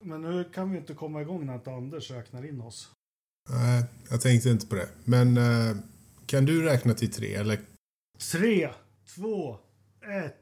Men nu kan vi inte komma igång när inte Anders räknar in oss. Nej, jag tänkte inte på det. Men kan du räkna till 3 eller? 3, 2, 1.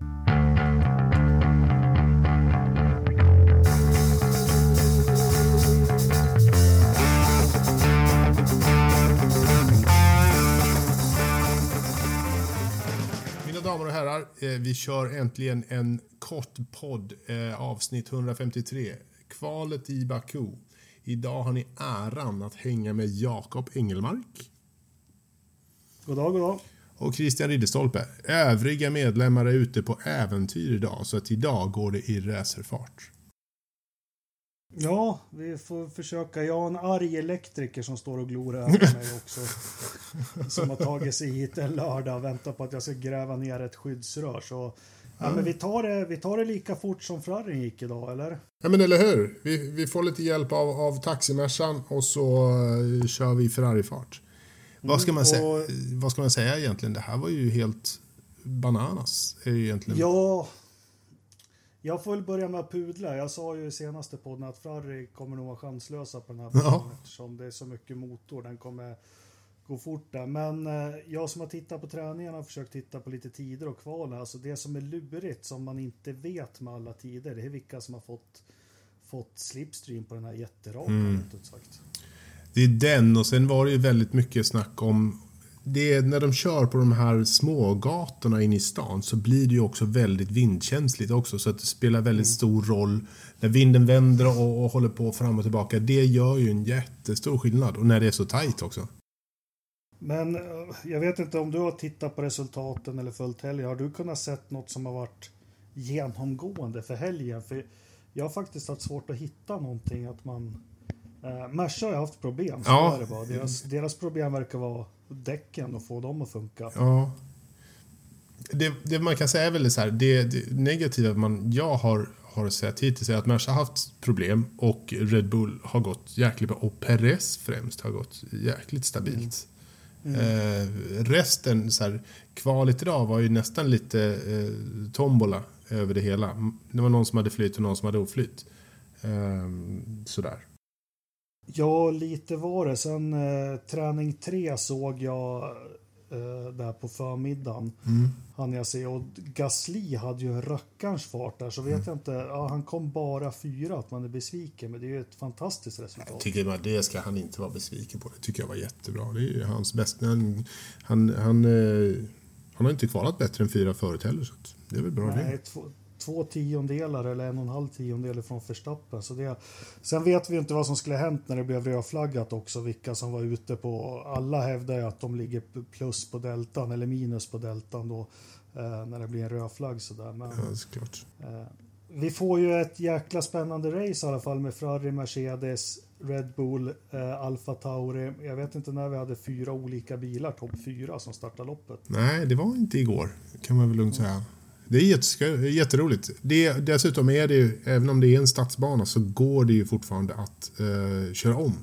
Mina damer och herrar, vi kör äntligen en kort podd, avsnitt 153. Kvalet i Baku. Idag har ni äran att hänga med Jakob Engelmark. God dag, god dag. Och Christian Ridderstolpe. Övriga medlemmar är ute på äventyr idag, så att idag går det i racerfart. Ja, vi får försöka. Jag har en arg elektriker som står och glor över mig också. Som har tagit sig hit en lördag och väntar på att jag ska gräva ner ett skyddsrör. Så ja, men vi tar det lika fort som Ferrarin gick idag, eller? Ja, men eller hur? Vi får lite hjälp av taximässan och så kör vi Ferrari-fart. Vad ska man säga egentligen? Det här var ju helt bananas. Är ju egentligen. Ja, jag får väl börja med att pudla. Jag sa ju i senaste podden att Ferrari kommer nog vara chanslösa på den här banan, eftersom det är så mycket motor. Den kommer gå fort där. Men jag som har tittat på träningarna och försökt titta på lite tider och kval. Alltså det som är lurigt som man inte vet med alla tider, det är vilka som har fått slipstream på den här jätterakan. Sagt. Det är den, och sen var det ju väldigt mycket snack om det. När de kör på de här små gatorna in i stan så blir det ju också väldigt vindkänsligt också, så att det spelar väldigt stor roll när vinden vänder och håller på fram och tillbaka. Det gör ju en jättestor skillnad, och när det är så tajt också. Men jag vet inte om du har tittat på resultaten eller följt helgen. Har du kunnat sett något som har varit genomgående för helgen? För jag har faktiskt haft svårt att hitta någonting att man... Merca har haft problem, så är det bara. Deras problem verkar vara däcken och få dem att funka. Ja. Det man kan säga är väl så här, det negativa jag har sett hittills är att Merca har haft problem och Red Bull har gått jäkligt bra, och Perez främst har gått jäkligt stabilt. Resten så här, kvalet idag var ju nästan lite tombola över det hela. Det var någon som hade flytt och någon som hade oflytt. Sådär. Ja, lite var det. Sen träning 3 såg jag där på förmiddagen. Han jag ser, och Gasly hade ju en rackarns fart där, så vet jag inte. Ja, han kom bara 4, att man är besviken, men det är ju ett fantastiskt resultat. Jag tycker att det ska han inte vara besviken på. Det tycker jag var jättebra. Det är ju hans bästa. Han har inte kvalat bättre än 4 förut heller, så det är väl bra. Nej, 2 tiondelar eller 1,5 tiondel från Verstappen. Så det, sen vet vi inte vad som skulle hänt när det blev rödflaggat också, vilka som var ute på. Alla hävdar ju att de ligger plus på deltan eller minus på deltan då, när det blir en rödflagg sådär. Men, ja, det är klart. Vi får ju ett jäkla spännande race i alla fall med Ferrari, Mercedes, Red Bull, Alfa Tauri. Jag vet inte när vi hade 4 olika bilar, topp 4 som startade loppet. Nej, det var inte igår, kan man väl lugnt säga. Det är jätteroligt. Dessutom är det ju, även om det är en stadsbana, så går det ju fortfarande att köra om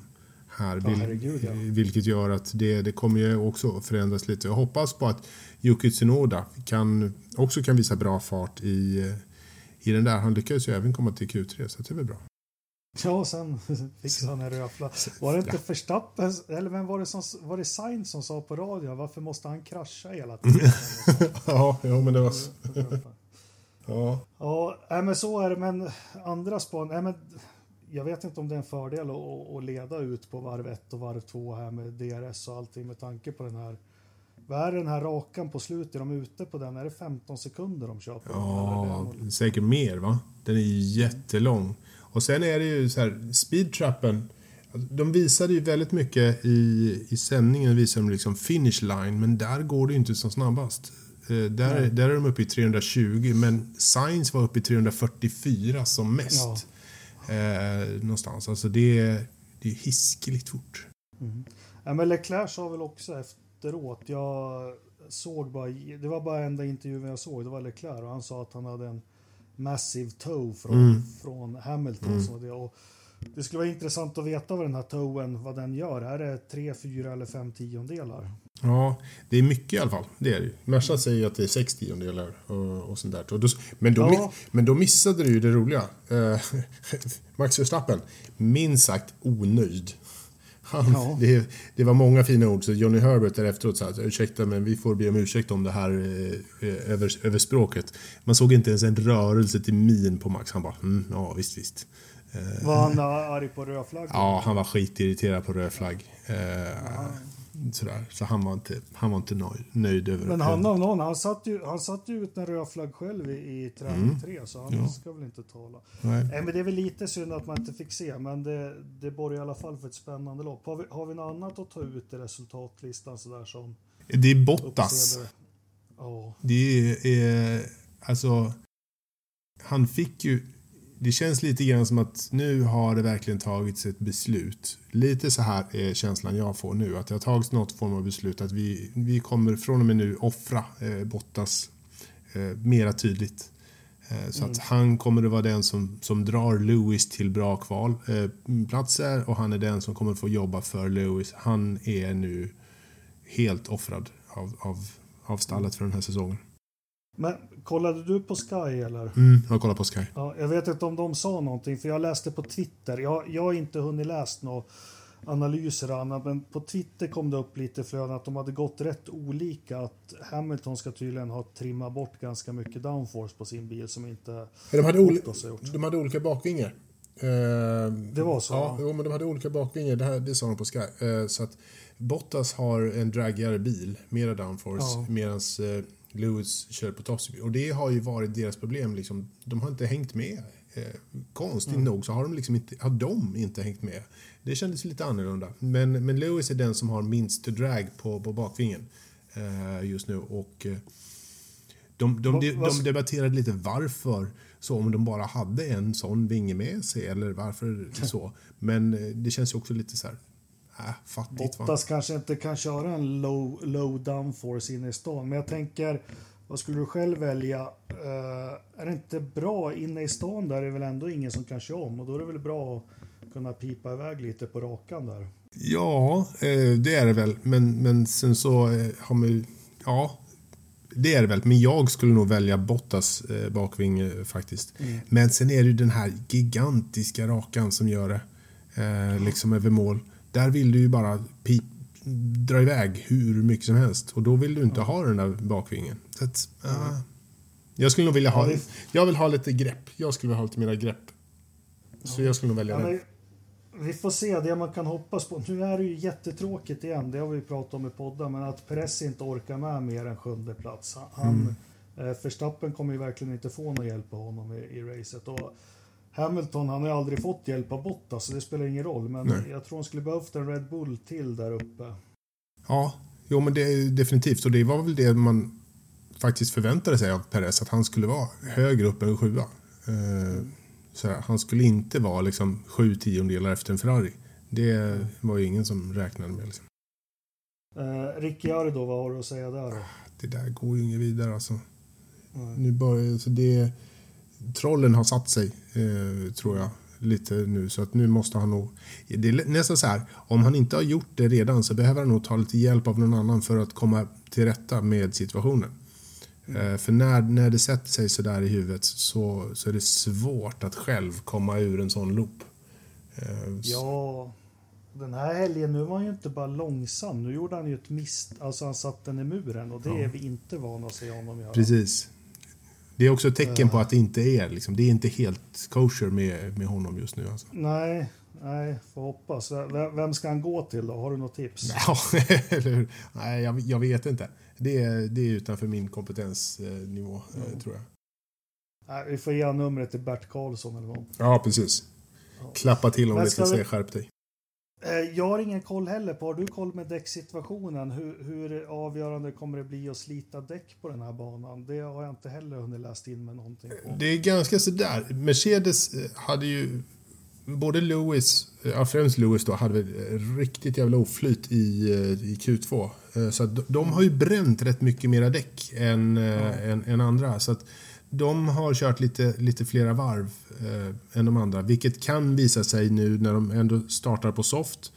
här. Vilket gör att det kommer ju också förändras lite. Jag hoppas på att Yuki Tsunoda kan visa bra fart i den där. Han lyckades ju även komma till Q3, så det är väl bra. Ja, sen fick han en röfla. Var det inte Verstappen, eller vem var det Sainz som sa på radio, varför måste han krascha hela tiden? Ja, men det var Ja, men så är det. Men andra span, jag vet inte om det är en fördel att leda ut på varv 1 och varv 2 här med DRS och allting, med tanke på den här. Vad är den här rakan på slutet? De är ute på den. Är det 15 sekunder de kör på? Ja, säkert mer, va? Den är jättelång. Och sen är det ju så här, speedtrappen. De visade ju väldigt mycket i sändningen, visade de liksom finish line, men där går det ju inte så snabbast. Där är de uppe i 320, men Sainz var uppe i 344 som mest. Någonstans. Alltså det är hiskeligt fort. Ja, men Leclerc sa väl också efteråt, jag såg det var bara enda intervjun jag såg, det var Leclerc, och han sa att han hade en massive toe från Hamilton. Så det, och Det skulle vara intressant att veta vad den här toen, vad den gör. Är det 3, 4 eller 5 tiondelar? Ja, det är mycket i alla fall. Det är det. Merca säger att det är 6 tiondelar och sånt där. Men då missade du ju det roliga. Max Verstappen, minst sagt onöjd. Det var många fina ord, så Johnny Herbert där efteråt sa att ursäkta, men vi får be om ursäkt om det här över språket. Man såg inte ens en rörelse till min på Max. Han bara, ja visst. Var han arg på rödflagg? Ja, han var skitirriterad på rödflagg. Sådär. Så han var inte nöjd över. Men han satt ju ut en rödflagg själv i träning 3, så han ska väl inte tala. Nej, men det är väl lite synd att man inte fick se, men det borgar i alla fall för ett spännande lopp. Har vi något annat att ta ut i resultatlistan sådär som? Det är Bottas. Ja. Det är alltså, han fick ju. Det känns lite grann som att nu har det verkligen tagits ett beslut. Lite så här är känslan jag får nu. Att det har tagits något form av beslut. Att vi kommer från och med nu offra Bottas mera tydligt. Så att han kommer att vara den som drar Lewis till bra kvalplatser. Och han är den som kommer att få jobba för Lewis. Han är nu helt offrad av stallet för den här säsongen. Men kollade du på Sky eller? Jag kollar på Sky. Ja, jag vet inte om de sa någonting, för jag läste på Twitter. Jag har inte hunnit läst några analyser annat, men på Twitter kom det upp lite flöden att de hade gått rätt olika. Att Hamilton ska tydligen ha trimmat bort ganska mycket downforce på sin bil som inte de hade olika bakvingar. Det var så? Ja, men de hade olika bakvingar. Det sa de på Sky. Så att Bottas har en draggigare bil, mera downforce, medan Lewis kör på toppspeed. Och det har ju varit deras problem. Liksom. De har inte hängt med. Konstigt nog så har de inte hängt med. Det kändes lite annorlunda. Men Lewis är den som har minst drag på bakvingen just nu. Och de debatterade lite varför. Så om de bara hade en sån vinge med sig. Eller varför så. Men det känns ju också lite så här. Fattigt, Bottas kanske inte kan köra en low downforce inne i stan, men jag tänker, vad skulle du själv välja? Är det inte bra inne i stan där? Är det väl ändå ingen som kan köra om, och då är det väl bra att kunna pipa iväg lite på rakan där. Ja, det är det väl, men sen så har man det är det väl, men jag skulle nog välja Bottas bakving faktiskt. Men sen är det ju den här gigantiska rakan som gör det liksom över mål. Där vill du ju bara dra iväg hur mycket som helst. Och då vill du inte ha den där bakvingen. Så att, jag skulle nog vilja jag vill ha lite grepp. Jag skulle vilja ha lite mer grepp. Så jag skulle nog välja den. Vi får se det man kan hoppas på. Nu är det ju jättetråkigt igen. Det har vi pratat om i podden. Men att Perez inte orkar med mer än 7:e plats. Verstappen kommer ju verkligen inte få någon hjälp av honom i racet. Och Hamilton, han har ju aldrig fått hjälp av Bottas, så det spelar ingen roll. Men jag tror han skulle behövt en Red Bull till där uppe. Ja, men det är definitivt. Och det var väl det man faktiskt förväntade sig av Perez, att han skulle vara högre upp än 7. Så han skulle inte vara liksom 7 tiondelar efter en Ferrari. Det var ju ingen som räknade med. Liksom. Ricciardo, vad har du att säga där då? Det där går ju inget vidare alltså. Nu börjar så det. Trollen har satt sig, tror jag, lite nu. Så att nu måste han nog. Det är nästan så här. Om han inte har gjort det redan så behöver han nog ta lite hjälp av någon annan för att komma till rätta med situationen. För när det sätter sig så där i huvudet så är det svårt att själv komma ur en sån loop. Ja, den här helgen, nu var han ju inte bara långsam. Nu gjorde han ju ett alltså han satt den i muren, och det är vi inte vana att se honom göra. Precis. Det är också ett tecken på att det inte är liksom, det är inte helt kosher med honom just nu alltså. Nej, får hoppas. Vem ska han gå till då? Har du något tips? Ja, eller nej, jag vet inte. Det är utanför min kompetensnivå, tror jag. Nej, vi får ge numret till Bert Karlsson eller vad. Ja, precis. Klappa till om lite och säga skärp dig. Jag har ingen koll heller på. Har du koll med däcksituationen? Hur avgörande kommer det bli att slita däck på den här banan? Det har jag inte heller hunnit läst in med någonting på. Det är ganska sådär. Mercedes hade ju både främst Lewis då, hade riktigt jävla oflyt i Q2. Så att de har ju bränt rätt mycket mera däck än andra. Så att de har kört lite flera varv än de andra, vilket kan visa sig nu när de ändå startar på soft.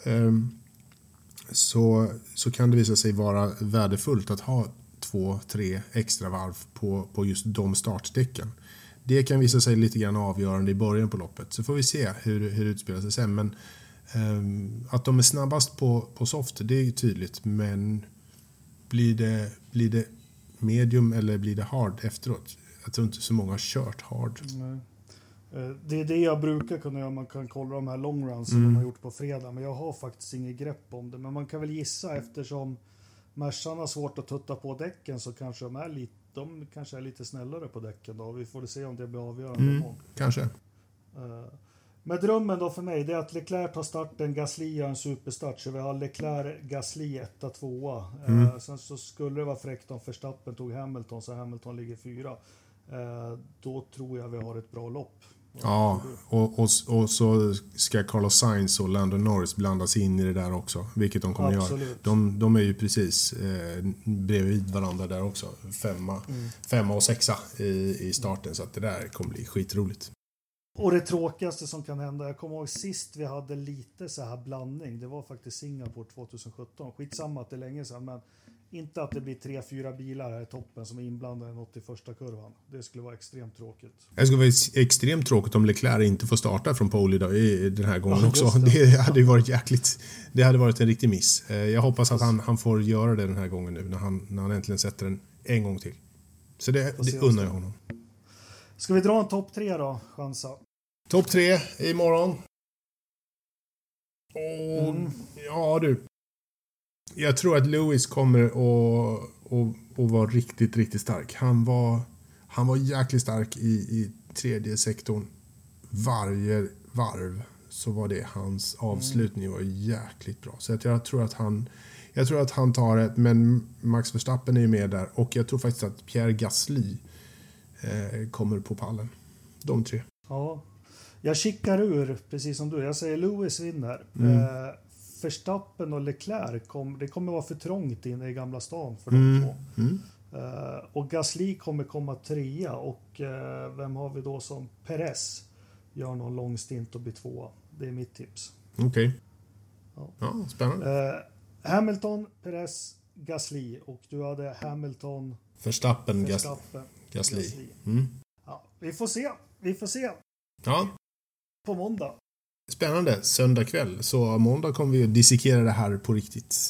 Så kan det visa sig vara värdefullt att ha 2-3 extra varv på just de startdäcken. Det kan visa sig lite grann avgörande i början på loppet. Så får vi se hur det utspelar sig sen. Men att de är snabbast på soft, det är ju tydligt. Men blir det medium eller blir det hard efteråt? Jag tror inte så många har kört hard. Nej. Det är det jag brukar kunna göra. Man kan kolla de här long runs som de har gjort på fredag. Men jag har faktiskt inget grepp om det. Men man kan väl gissa, eftersom Mercan har svårt att tutta på däcken, så kanske de kanske är lite snällare på däcken då. Vi får se om det blir avgörande. Kanske. Men drömmen då för mig, det är att Leclerc tar starten, Gasly gör en superstart. Så vi har Leclerc, Gasly 1-2. Sen så skulle det vara fräckt om Verstappen tog Hamilton, så Hamilton ligger 4. Då tror jag vi har ett bra lopp. Ja, och så ska Carlos Sainz och Lando Norris blandas in i det där också, vilket de kommer göra. De är ju precis bredvid varandra där också. 5 och 6 i starten, så att det där kommer bli skitroligt. Och det tråkigaste som kan hända, jag kommer ihåg sist vi hade lite så här blandning, det var faktiskt Singapore 2017. Skitsamma att det är länge sedan, men inte att det blir 3-4 bilar här i toppen som är inblandade i något i första kurvan. Det skulle vara extremt tråkigt. Det skulle vara extremt tråkigt om Leclerc inte får starta från pole idag, den här gången också. Det hade ju varit jäkligt. Det hade varit en riktig miss. Jag hoppas att han får göra det den här gången nu, när han äntligen sätter den en gång till. Så det unnar jag honom. Ska vi dra en topp 3 då, chansa? Topp 3 imorgon. Ja du. Jag tror att Lewis kommer att vara riktigt, riktigt stark. Han var jäkligt stark i tredje sektorn. Varje varv så var det hans avslutning var jäkligt bra. Så jag tror att han tar det, men Max Verstappen är ju med där. Och jag tror faktiskt att Pierre Gasly kommer på pallen. De 3. Ja, jag kikar ur precis som du. Jag säger Lewis vinner. Verstappen och Leclerc det kommer vara för trångt inne i Gamla stan för de två. Och Gasly kommer komma 3, och vem har vi då som Perez gör någon lång stint och blir 2. Det är mitt tips. Okej. Ja, spännande. Hamilton, Perez, Gasly, och du hade Hamilton, Verstappen, Gasly. Ja, vi får se. Ja. På måndag. Spännande, söndag kväll. Så måndag kommer vi att dissekera det här på riktigt.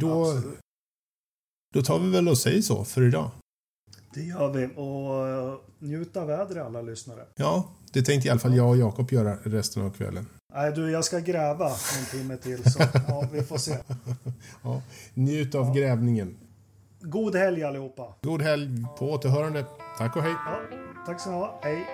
Då tar vi väl och säger så för idag. Det gör vi, och njuta av vädret alla lyssnare. Ja, det tänkte i alla fall jag och Jakob göra resten av kvällen. Nej du, jag ska gräva en timme till, så ja, vi får se. Ja, njut av grävningen. God helg allihopa. God helg, på återhörande. Tack och hej. Ja, tack så mycket. Hej.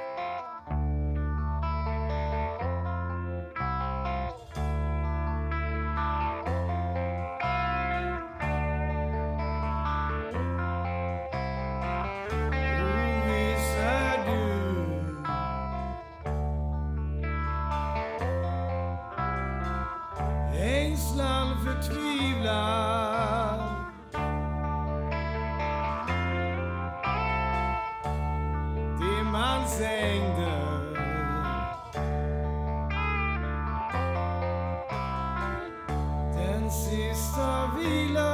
Den sista vila